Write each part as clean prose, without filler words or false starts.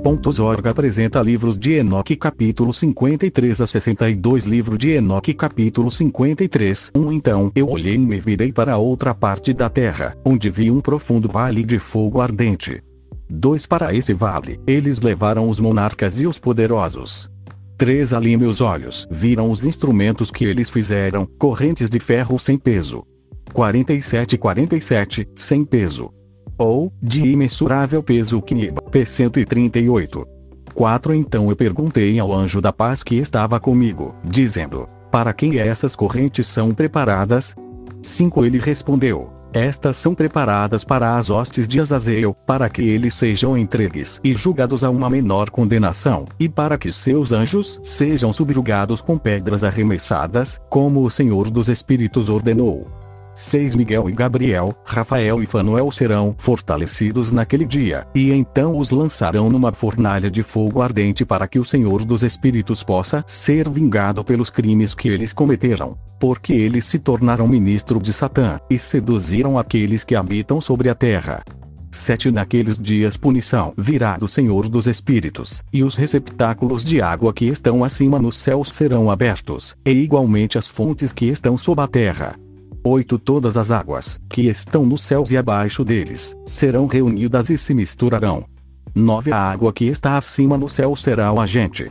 Org apresenta livros de Enoque capítulo 53 a 62. Livro de Enoque capítulo 53. Então eu olhei e me virei para a outra parte da terra, onde vi um profundo vale de fogo ardente. 2 Para esse vale, eles levaram os monarcas e os poderosos. 3 Ali meus olhos viram os instrumentos que eles fizeram, correntes de ferro sem peso. 47 sem peso. Ou, de imensurável peso Kniba, p. 138. 4 Então eu perguntei ao anjo da paz que estava comigo, dizendo: para quem essas correntes são preparadas? 5 Ele respondeu: estas são preparadas para as hostes de Azazel, para que eles sejam entregues e julgados a uma menor condenação, e para que seus anjos sejam subjugados com pedras arremessadas, como o Senhor dos Espíritos ordenou. 6 Miguel e Gabriel, Rafael e Fanuel serão fortalecidos naquele dia, e então os lançarão numa fornalha de fogo ardente para que o Senhor dos Espíritos possa ser vingado pelos crimes que eles cometeram, porque eles se tornaram ministro de Satã, e seduziram aqueles que habitam sobre a terra. 7 Naqueles dias punição virá do Senhor dos Espíritos, e os receptáculos de água que estão acima nos céus serão abertos, e igualmente as fontes que estão sob a terra. 8 Todas as águas, que estão nos céus e abaixo deles, serão reunidas e se misturarão. 9 A água que está acima no céu será o agente.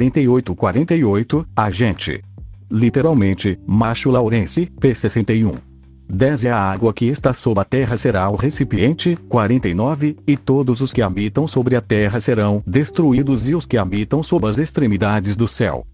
48 Agente. Literalmente, macho laurense, p. 61. 10 A água que está sob a terra será o recipiente. 49 E todos os que habitam sobre a terra serão destruídos e os que habitam sob as extremidades do céu.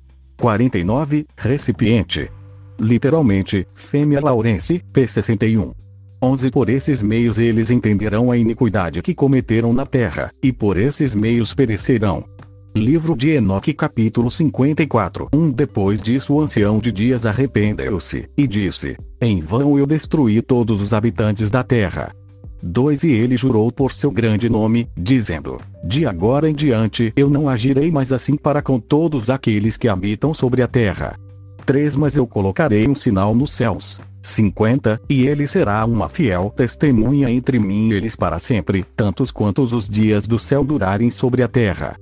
49 Recipiente. Literalmente, fêmea laurense, p. 61. 11 Por esses meios eles entenderão a iniquidade que cometeram na terra, e por esses meios perecerão. Livro de Enoque capítulo 54. Depois disso o ancião de dias arrependeu-se, e disse: em vão eu destruí todos os habitantes da terra. 2 E ele jurou por seu grande nome, dizendo: de agora em diante eu não agirei mais assim para com todos aqueles que habitam sobre a terra. 3 Mas eu colocarei um sinal nos céus. 50 E ele será uma fiel testemunha entre mim e eles para sempre, tantos quantos os dias do céu durarem sobre a terra.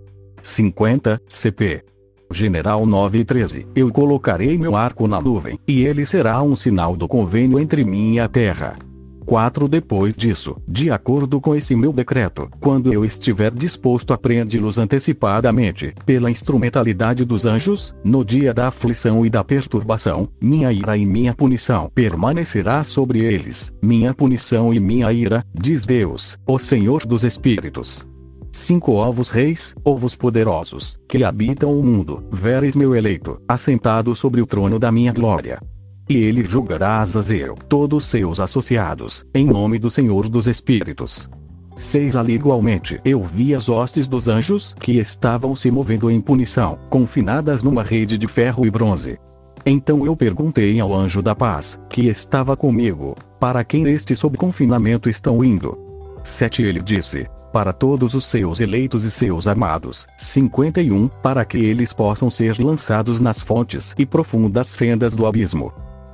50 CP. General 9:13 Eu colocarei meu arco na nuvem, e ele será um sinal do convênio entre mim e a terra. 4 Depois disso, de acordo com esse meu decreto, quando eu estiver disposto a prendê-los antecipadamente, pela instrumentalidade dos anjos, no dia da aflição e da perturbação, minha ira e minha punição permanecerá sobre eles, minha punição e minha ira, diz Deus, o Senhor dos Espíritos. 5 Ovos reis, ovos poderosos, que habitam o mundo, vereis meu eleito, assentado sobre o trono da minha glória. E ele julgará Azazel, todos seus associados, em nome do Senhor dos Espíritos. 6 Ali igualmente eu vi as hostes dos anjos que estavam se movendo em punição, confinadas numa rede de ferro e bronze. Então eu perguntei ao anjo da paz, que estava comigo: para quem estes sob confinamento estão indo? 7 Ele disse: para todos os seus eleitos e seus amados. 51 Para que eles possam ser lançados nas fontes e profundas fendas do abismo.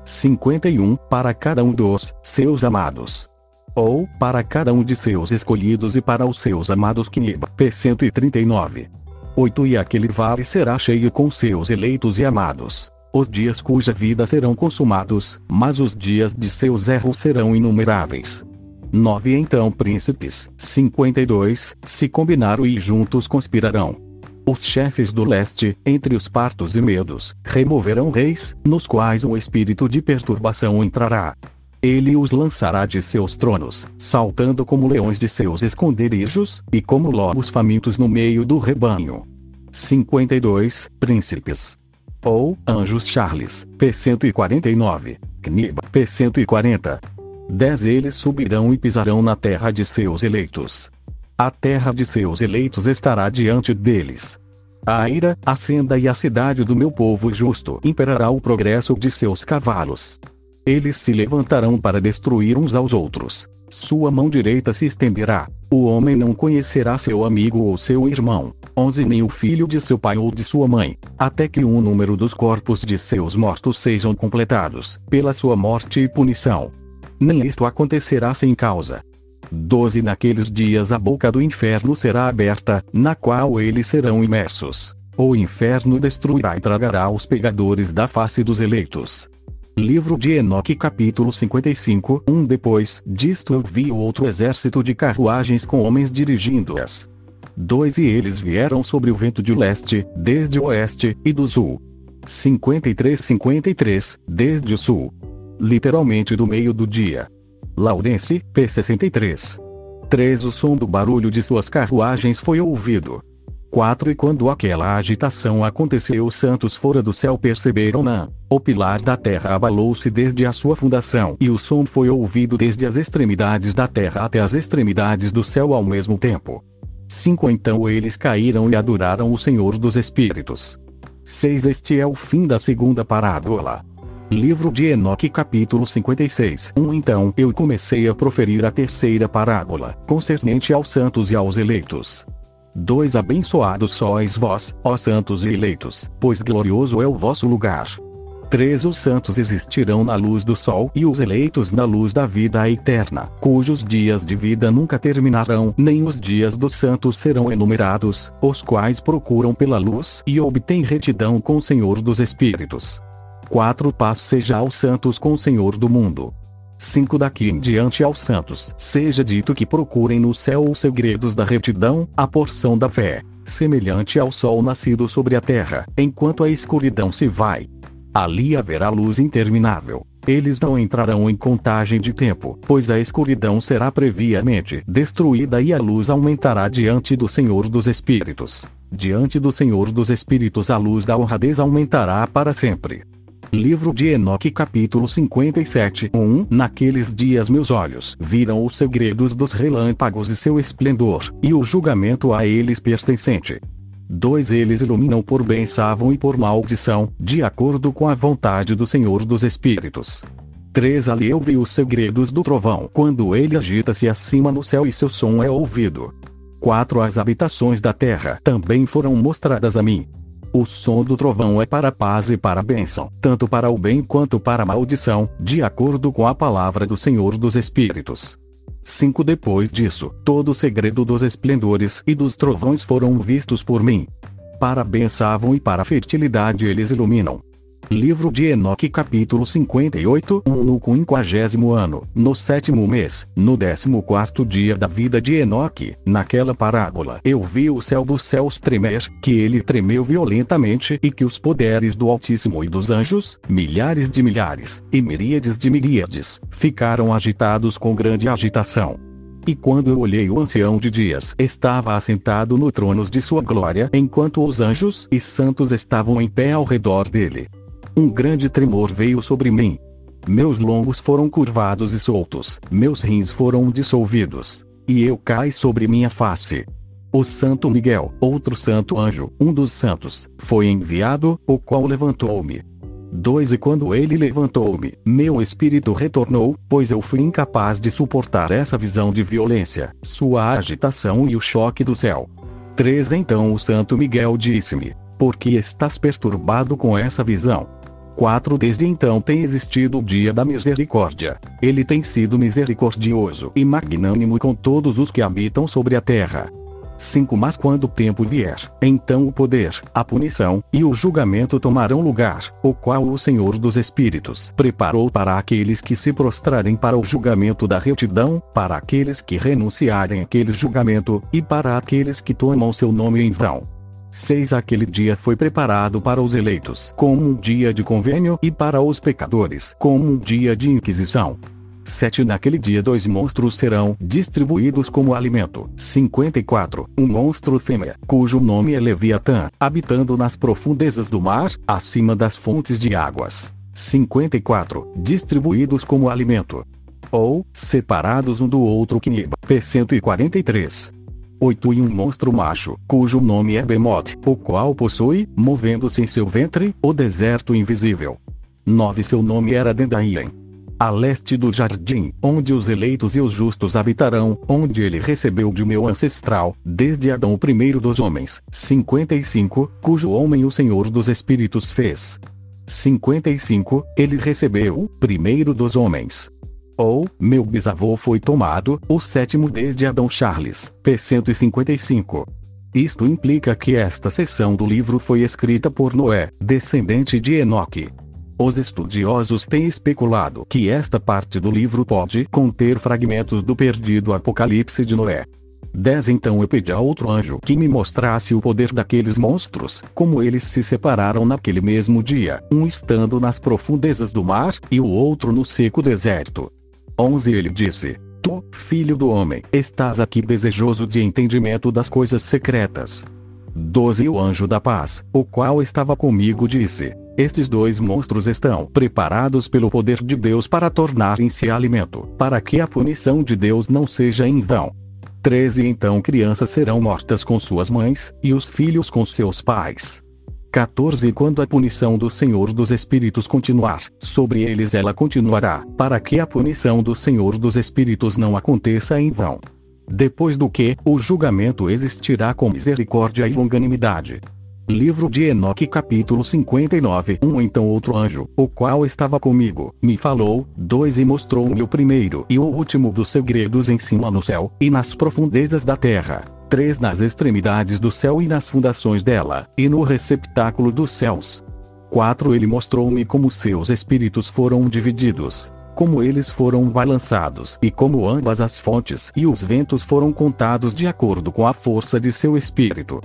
51 Para cada um dos seus amados. Ou, para cada um de seus escolhidos e para os seus amados Kniba, p. 139. 8 E aquele vale será cheio com seus eleitos e amados. Os dias cuja vida serão consumados, mas os dias de seus erros serão inumeráveis. 9 Então príncipes, 52, se combinaram e juntos conspirarão. Os chefes do leste, entre os partos e medos, removerão reis, nos quais um espírito de perturbação entrará. Ele os lançará de seus tronos, saltando como leões de seus esconderijos, e como lobos famintos no meio do rebanho. 52 Príncipes. Ou, anjos Charles, p. 149. Kniba, p. 140. 10 Eles subirão e pisarão na terra de seus eleitos. A terra de seus eleitos estará diante deles. A ira, a senda e a cidade do meu povo justo imperará o progresso de seus cavalos. Eles se levantarão para destruir uns aos outros. Sua mão direita se estenderá. O homem não conhecerá seu amigo ou seu irmão. 11 Nem o filho de seu pai ou de sua mãe, até que o número dos corpos de seus mortos sejam completados, pela sua morte e punição. Nem isto acontecerá sem causa. 12 Naqueles dias a boca do inferno será aberta, na qual eles serão imersos. O inferno destruirá e tragará os pecadores da face dos eleitos. Livro de Enoque capítulo 55 Depois disto eu vi outro exército de carruagens com homens dirigindo-as. 2 E eles vieram sobre o vento de leste, desde o oeste, e do sul. 53 desde o sul. Literalmente do meio do dia. Laurense, p. 63. 3 O som do barulho de suas carruagens foi ouvido. 4 E quando aquela agitação aconteceu, os santos fora do céu perceberam-na. O pilar da terra abalou-se desde a sua fundação, e o som foi ouvido desde as extremidades da terra até as extremidades do céu ao mesmo tempo. 5 Então eles caíram e adoraram o Senhor dos Espíritos. 6 Este é o fim da segunda parábola. Livro de Enoque capítulo 56 Então eu comecei a proferir a terceira parábola, concernente aos santos e aos eleitos. 2 Abençoados sois vós, ó santos e eleitos, pois glorioso é o vosso lugar. 3 Os santos existirão na luz do sol e os eleitos na luz da vida eterna, cujos dias de vida nunca terminarão, nem os dias dos santos serão enumerados, os quais procuram pela luz e obtêm retidão com o Senhor dos Espíritos. 4 Paz seja aos santos com o Senhor do mundo. 5 Daqui em diante aos santos seja dito que procurem no céu os segredos da retidão, a porção da fé, semelhante ao sol nascido sobre a terra, enquanto a escuridão se vai. Ali haverá luz interminável. Eles não entrarão em contagem de tempo, pois a escuridão será previamente destruída e a luz aumentará diante do Senhor dos Espíritos. Diante do Senhor dos Espíritos a luz da honradez aumentará para sempre. Livro de Enoque capítulo 57 Naqueles dias meus olhos viram os segredos dos relâmpagos e seu esplendor, e o julgamento a eles pertencente. 2 Eles iluminam por bênção e por maldição, de acordo com a vontade do Senhor dos Espíritos. 3 Ali eu vi os segredos do trovão, quando ele agita-se acima no céu e seu som é ouvido. 4 As habitações da terra também foram mostradas a mim. O som do trovão é para a paz e para a bênção, tanto para o bem quanto para a maldição, de acordo com a palavra do Senhor dos Espíritos. 5 Depois disso, todo o segredo dos esplendores e dos trovões foram vistos por mim. Para a bênção e para a fertilidade eles iluminam. Livro de Enoque capítulo 58 No 50º ano, no 7º mês, no 14º dia da vida de Enoque, naquela parábola eu vi o céu dos céus tremer, que ele tremeu violentamente e que os poderes do Altíssimo e dos anjos, milhares de milhares, e miríades de miríades, ficaram agitados com grande agitação. E quando eu olhei o ancião de dias estava assentado no trono de sua glória, enquanto os anjos e santos estavam em pé ao redor dele. Um grande tremor veio sobre mim. Meus lombos foram curvados e soltos, meus rins foram dissolvidos. E eu caí sobre minha face. O Santo Miguel, outro santo anjo, um dos santos, foi enviado, o qual levantou-me. 2 E quando ele levantou-me, meu espírito retornou, pois eu fui incapaz de suportar essa visão de violência, sua agitação e o choque do céu. 3 Então o Santo Miguel disse-me: por que estás perturbado com essa visão? 4 Desde então tem existido o dia da misericórdia. Ele tem sido misericordioso e magnânimo com todos os que habitam sobre a terra. 5 Mas quando o tempo vier, então o poder, a punição e o julgamento tomarão lugar, o qual o Senhor dos Espíritos preparou para aqueles que se prostrarem para o julgamento da retidão, para aqueles que renunciarem àquele julgamento, e para aqueles que tomam seu nome em vão. 6 Aquele dia foi preparado para os eleitos como um dia de convênio e para os pecadores como um dia de inquisição. 7 Naquele dia 2 monstros serão distribuídos como alimento. 54 Um monstro fêmea, cujo nome é Leviatã, habitando nas profundezas do mar, acima das fontes de águas. 54 Distribuídos como alimento. Ou, separados um do outro Kniba, p. 143. 8 E um monstro macho, cujo nome é Bemoth, o qual possui, movendo-se em seu ventre, o deserto invisível. 9 Seu nome era Dendaien. A leste do jardim, onde os eleitos e os justos habitarão, onde ele recebeu de meu ancestral, desde Adão o primeiro dos homens. 55 Cujo homem o Senhor dos Espíritos fez. 55 Ele recebeu, primeiro dos homens. Ou, meu bisavô foi tomado, o sétimo desde Adão Charles, p. 155. Isto implica que esta seção do livro foi escrita por Noé, descendente de Enoque. Os estudiosos têm especulado que esta parte do livro pode conter fragmentos do perdido Apocalipse de Noé. 10 Então eu pedi a outro anjo que me mostrasse o poder daqueles monstros, como eles se separaram naquele mesmo dia, um estando nas profundezas do mar, e o outro no seco deserto. 11 Ele disse: Tu, filho do homem, estás aqui desejoso de entendimento das coisas secretas. 12 O anjo da paz, o qual estava comigo, disse: Estes dois monstros estão preparados pelo poder de Deus para tornarem-se alimento, para que a punição de Deus não seja em vão. 13 Então crianças serão mortas com suas mães, e os filhos com seus pais. 14 Quando a punição do Senhor dos Espíritos continuar, sobre eles ela continuará, para que a punição do Senhor dos Espíritos não aconteça em vão. Depois do que, o julgamento existirá com misericórdia e longanimidade. Livro de Enoque capítulo 59 Então outro anjo, o qual estava comigo, me falou, 2 E mostrou-me o primeiro e o último dos segredos em cima no céu, e nas profundezas da terra. 3 Nas extremidades do céu e nas fundações dela, e no receptáculo dos céus. 4 Ele mostrou-me como seus espíritos foram divididos, como eles foram balançados e como ambas as fontes e os ventos foram contados de acordo com a força de seu espírito.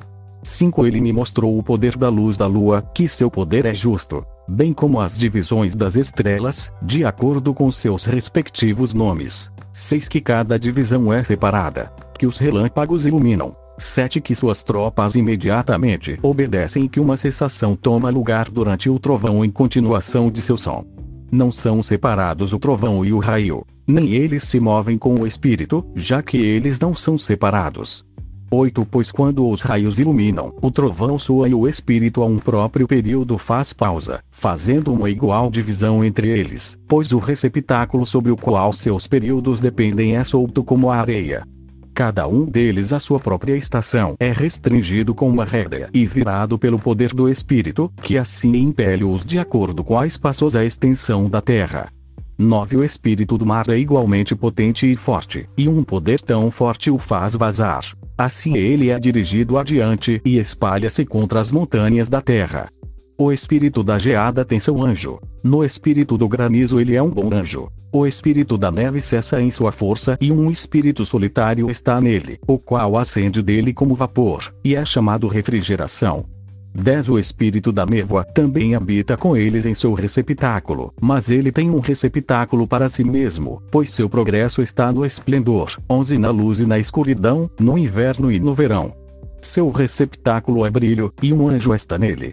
5 Ele me mostrou o poder da luz da lua, que seu poder é justo, bem como as divisões das estrelas, de acordo com seus respectivos nomes. 6 Que cada divisão é separada, que os relâmpagos iluminam. 7 Que suas tropas imediatamente obedecem e que uma cessação toma lugar durante o trovão em continuação de seu som. Não são separados o trovão e o raio, nem eles se movem com o espírito, já que eles não são separados. 8 Pois quando os raios iluminam, o trovão soa e o espírito a um próprio período faz pausa, fazendo uma igual divisão entre eles, pois o receptáculo sobre o qual seus períodos dependem é solto como a areia. Cada um deles à sua própria estação é restringido com uma rédea e virado pelo poder do espírito, que assim impele-os de acordo com a espaçosa extensão da terra. 9 O espírito do mar é igualmente potente e forte, e um poder tão forte o faz vazar. Assim ele é dirigido adiante e espalha-se contra as montanhas da terra. O espírito da geada tem seu anjo. No espírito do granizo ele é um bom anjo. O espírito da neve cessa em sua força e um espírito solitário está nele, o qual ascende dele como vapor, e é chamado refrigeração. 10 O espírito da névoa também habita com eles em seu receptáculo, mas ele tem um receptáculo para si mesmo, pois seu progresso está no esplendor. 11 Na luz e na escuridão, no inverno e no verão. Seu receptáculo é brilho, e um anjo está nele.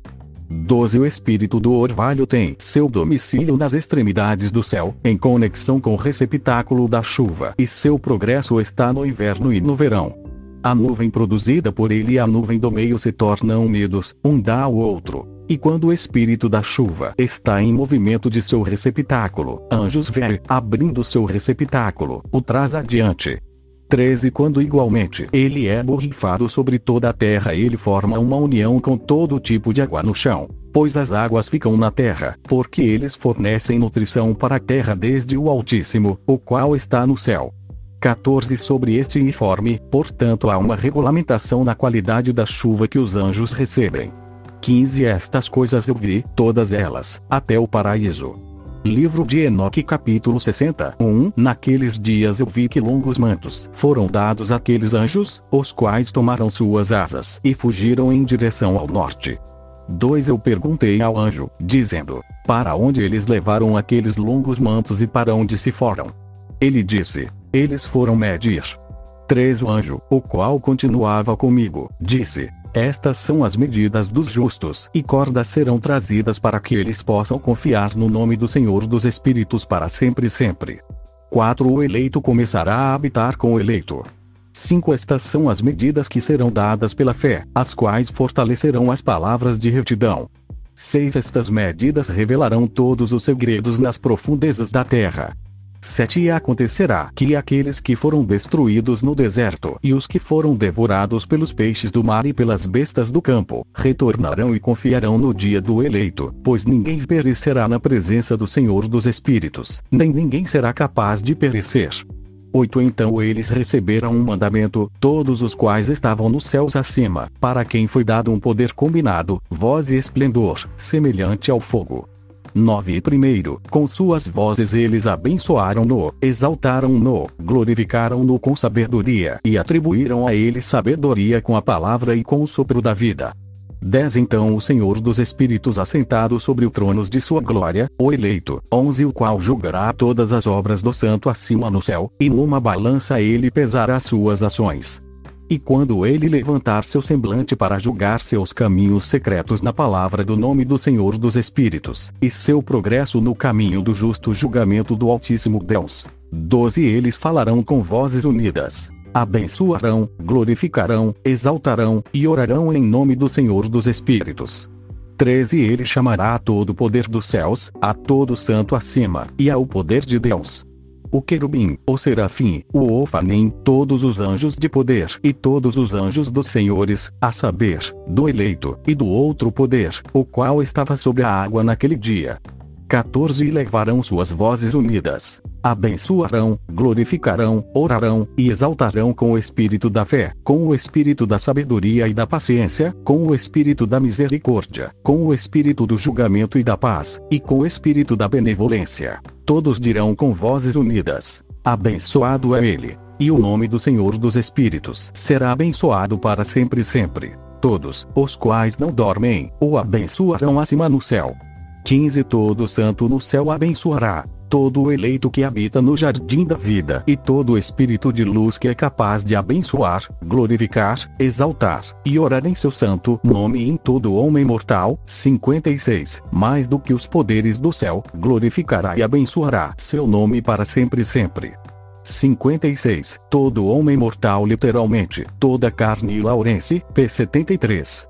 12 O espírito do orvalho tem seu domicílio nas extremidades do céu, em conexão com o receptáculo da chuva, e seu progresso está no inverno e no verão. A nuvem produzida por ele e a nuvem do meio se tornam unidos, um dá ao outro. E quando o espírito da chuva está em movimento de seu receptáculo, anjos vêm, abrindo seu receptáculo, o traz adiante. 13 Quando igualmente ele é borrifado sobre toda a terra, ele forma uma união com todo tipo de água no chão, pois as águas ficam na terra, porque eles fornecem nutrição para a terra desde o Altíssimo, o qual está no céu. 14 Sobre este informe, portanto há uma regulamentação na qualidade da chuva que os anjos recebem. 15 Estas coisas eu vi, todas elas, até o paraíso. Livro de Enoque capítulo 61 Naqueles dias eu vi que longos mantos foram dados àqueles anjos, os quais tomaram suas asas e fugiram em direção ao norte. 2 Eu perguntei ao anjo, dizendo: Para onde eles levaram aqueles longos mantos e para onde se foram? Ele disse: Eles foram medir. 3 O anjo, o qual continuava comigo, disse: Estas são as medidas dos justos, e cordas serão trazidas para que eles possam confiar no nome do Senhor dos Espíritos para sempre e sempre. 4 O eleito começará a habitar com o eleito. 5 Estas são as medidas que serão dadas pela fé, as quais fortalecerão as palavras de retidão. 6 Estas medidas revelarão todos os segredos nas profundezas da terra. 7 E acontecerá que aqueles que foram destruídos no deserto e os que foram devorados pelos peixes do mar e pelas bestas do campo, retornarão e confiarão no dia do eleito, pois ninguém perecerá na presença do Senhor dos Espíritos, nem ninguém será capaz de perecer. 8 Então eles receberam um mandamento, todos os quais estavam nos céus acima, para quem foi dado um poder combinado, voz e esplendor, semelhante ao fogo. 9 Primeiro, com suas vozes eles abençoaram-no, exaltaram-no, glorificaram-no com sabedoria e atribuíram a ele sabedoria com a palavra e com o sopro da vida. 10 Então o Senhor dos Espíritos assentado sobre o trono de sua glória, o eleito. 11 O qual julgará todas as obras do santo acima no céu, e numa balança ele pesará suas ações. E quando ele levantar seu semblante para julgar seus caminhos secretos na palavra do nome do Senhor dos Espíritos, e seu progresso no caminho do justo julgamento do Altíssimo Deus. 12 Eles falarão com vozes unidas, abençoarão, glorificarão, exaltarão, e orarão em nome do Senhor dos Espíritos. 13 Ele chamará a todo o poder dos céus, a todo santo acima, e ao poder de Deus. O querubim, o serafim, o ofanim, todos os anjos de poder e todos os anjos dos senhores, a saber, do eleito, e do outro poder, o qual estava sobre a água naquele dia. 14 E levarão suas vozes unidas, abençoarão, glorificarão, orarão, e exaltarão com o espírito da fé, com o espírito da sabedoria e da paciência, com o espírito da misericórdia, com o espírito do julgamento e da paz, e com o espírito da benevolência. Todos dirão com vozes unidas, abençoado é ele, e o nome do Senhor dos Espíritos será abençoado para sempre e sempre. Todos, os quais não dormem, o abençoarão acima no céu. 15 Todo santo no céu abençoará, todo o eleito que habita no jardim da vida e todo o espírito de luz que é capaz de abençoar, glorificar, exaltar, e orar em seu santo nome em todo homem mortal. 56 Mais do que os poderes do céu, glorificará e abençoará seu nome para sempre e sempre. 56 Todo homem mortal literalmente, toda carne laurense, p. 73.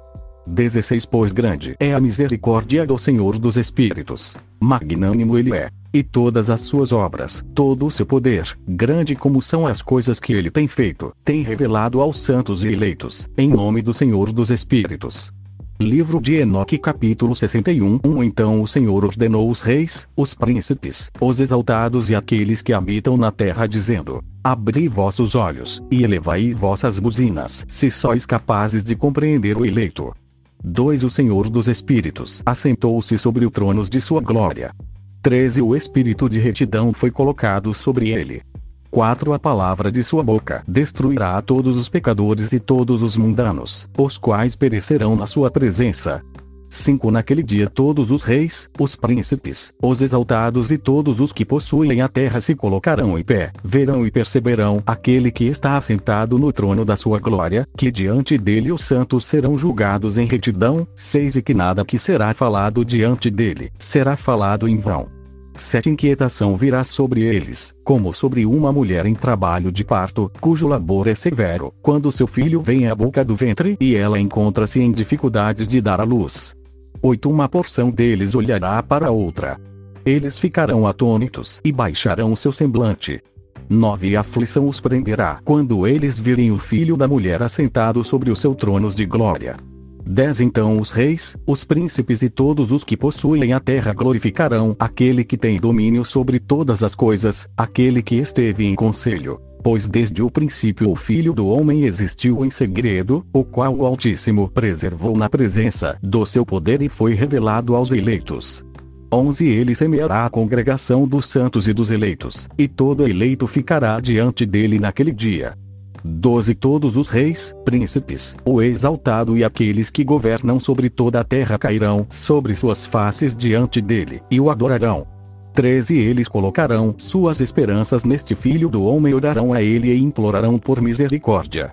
16 Pois grande é a misericórdia do Senhor dos Espíritos, magnânimo ele é, e todas as suas obras, todo o seu poder, grande como são as coisas que ele tem feito, tem revelado aos santos e eleitos, em nome do Senhor dos Espíritos. Livro de Enoque capítulo 61 Então o Senhor ordenou os reis, os príncipes, os exaltados e aqueles que habitam na terra dizendo, abri vossos olhos, e elevai vossas buzinas, se sois capazes de compreender o eleito. 2 O Senhor dos Espíritos assentou-se sobre o trono de sua glória. 13 O espírito de retidão foi colocado sobre ele. 4 A palavra de sua boca destruirá todos os pecadores e todos os mundanos, os quais perecerão na sua presença. 5 Naquele dia todos os reis, os príncipes, os exaltados e todos os que possuem a terra se colocarão em pé, verão e perceberão aquele que está assentado no trono da sua glória, que diante dele os santos serão julgados em retidão. 6 E que nada que será falado diante dele, será falado em vão. 7 Inquietação virá sobre eles, como sobre uma mulher em trabalho de parto, cujo labor é severo, quando seu filho vem à boca do ventre e ela encontra-se em dificuldade de dar à luz. 8 Uma porção deles olhará para outra. Eles ficarão atônitos e baixarão seu semblante. 9 A aflição os prenderá quando eles virem o filho da mulher assentado sobre os seus tronos de glória. 10 Então os reis, os príncipes e todos os que possuem a terra glorificarão aquele que tem domínio sobre todas as coisas, aquele que esteve em conselho. Pois desde o princípio o Filho do Homem existiu em segredo, o qual o Altíssimo preservou na presença do seu poder e foi revelado aos eleitos. 11 Ele semeará a congregação dos santos e dos eleitos, e todo eleito ficará diante dele naquele dia. 12 Todos os reis, príncipes, o exaltado e aqueles que governam sobre toda a terra cairão sobre suas faces diante dele, e o adorarão. 13 Eles colocarão suas esperanças neste Filho do Homem, orarão a ele e implorarão por misericórdia.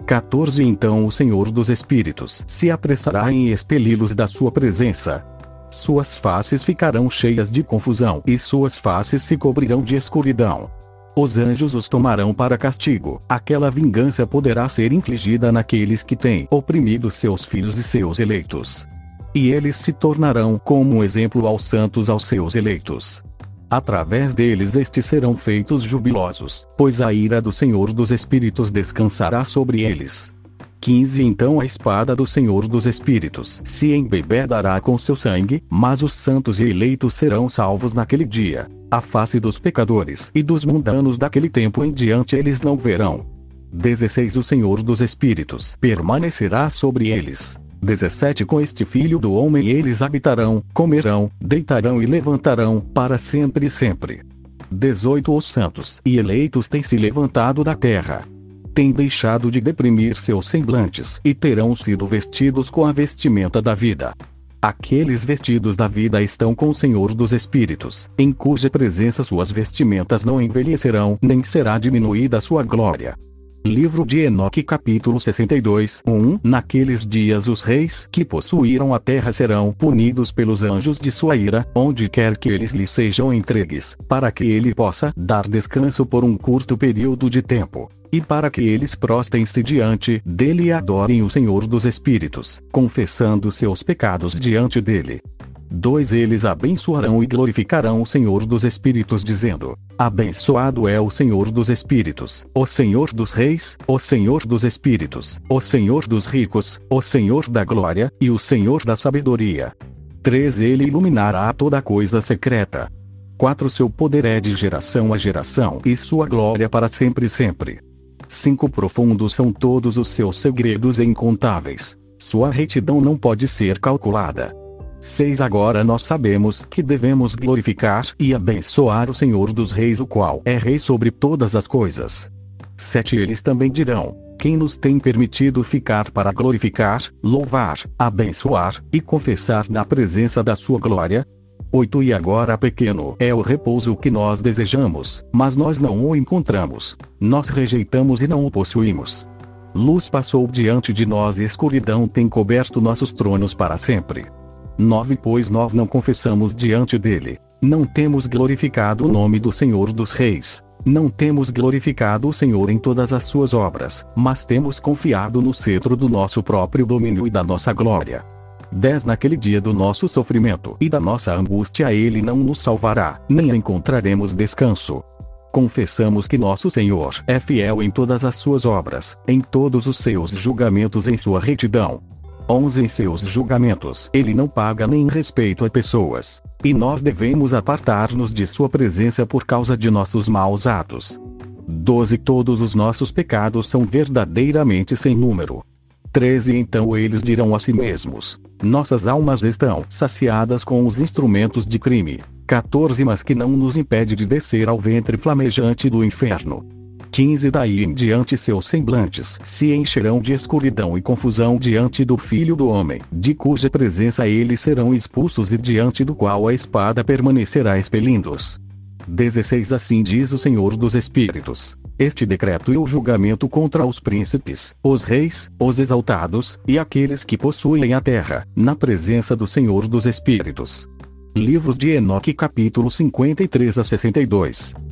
14 Então o Senhor dos Espíritos se apressará em expeli-los da sua presença. Suas faces ficarão cheias de confusão e suas faces se cobrirão de escuridão. Os anjos os tomarão para castigo, aquela vingança poderá ser infligida naqueles que têm oprimido seus filhos e seus eleitos. E eles se tornarão como um exemplo aos santos, aos seus eleitos. Através deles estes serão feitos jubilosos, pois a ira do Senhor dos Espíritos descansará sobre eles. 15 Então a espada do Senhor dos Espíritos se embebedará com seu sangue, mas os santos e eleitos serão salvos naquele dia. A face dos pecadores e dos mundanos daquele tempo em diante eles não verão. 16 O Senhor dos Espíritos permanecerá sobre eles. 17 Com este Filho do Homem eles habitarão, comerão, deitarão e levantarão, para sempre e sempre. 18 Os santos e eleitos têm se levantado da terra. Têm deixado de deprimir seus semblantes e terão sido vestidos com a vestimenta da vida. Aqueles vestidos da vida estão com o Senhor dos Espíritos, em cuja presença suas vestimentas não envelhecerão, nem será diminuída a sua glória. Livro de Enoque capítulo 62 Naqueles dias os reis que possuíram a terra serão punidos pelos anjos de sua ira, onde quer que eles lhe sejam entregues, para que ele possa dar descanso por um curto período de tempo, e para que eles prostrem-se diante dele e adorem o Senhor dos Espíritos, confessando seus pecados diante dele. 2 Eles abençoarão e glorificarão o Senhor dos Espíritos dizendo: Abençoado é o Senhor dos Espíritos, o Senhor dos Reis, o Senhor dos Espíritos, o Senhor dos ricos, o Senhor da glória, e o Senhor da sabedoria. 3 Ele iluminará toda coisa secreta. 4 Seu poder é de geração a geração e sua glória para sempre e sempre. 5 Profundos são todos os seus segredos e incontáveis. Sua retidão não pode ser calculada. 6 Agora nós sabemos que devemos glorificar e abençoar o Senhor dos Reis, o qual é Rei sobre todas as coisas. 7 Eles também dirão: quem nos tem permitido ficar para glorificar, louvar, abençoar e confessar na presença da sua glória? 8 E agora pequeno é o repouso que nós desejamos, mas nós não o encontramos. Nós rejeitamos e não o possuímos. Luz passou diante de nós e escuridão tem coberto nossos tronos para sempre. 9 Pois nós não confessamos diante dele. Não temos glorificado o nome do Senhor dos Reis. Não temos glorificado o Senhor em todas as suas obras, mas temos confiado no cetro do nosso próprio domínio e da nossa glória. 10 Naquele dia do nosso sofrimento e da nossa angústia ele não nos salvará, nem encontraremos descanso. Confessamos que nosso Senhor é fiel em todas as suas obras, em todos os seus julgamentos em sua retidão. 11 Em seus julgamentos ele não paga nem respeito a pessoas, e nós devemos apartar-nos de sua presença por causa de nossos maus atos. 12 Todos os nossos pecados são verdadeiramente sem número. 13 Então eles dirão a si mesmos: nossas almas estão saciadas com os instrumentos de crime. 14 Mas que não nos impede de descer ao ventre flamejante do inferno. 15 Daí em diante seus semblantes se encherão de escuridão e confusão diante do Filho do Homem, de cuja presença eles serão expulsos e diante do qual a espada permanecerá expelindo-os. 16 Assim diz o Senhor dos Espíritos: este decreto e o julgamento contra os príncipes, os reis, os exaltados, e aqueles que possuem a terra, na presença do Senhor dos Espíritos. Livros de Enoque capítulo 53 a 62.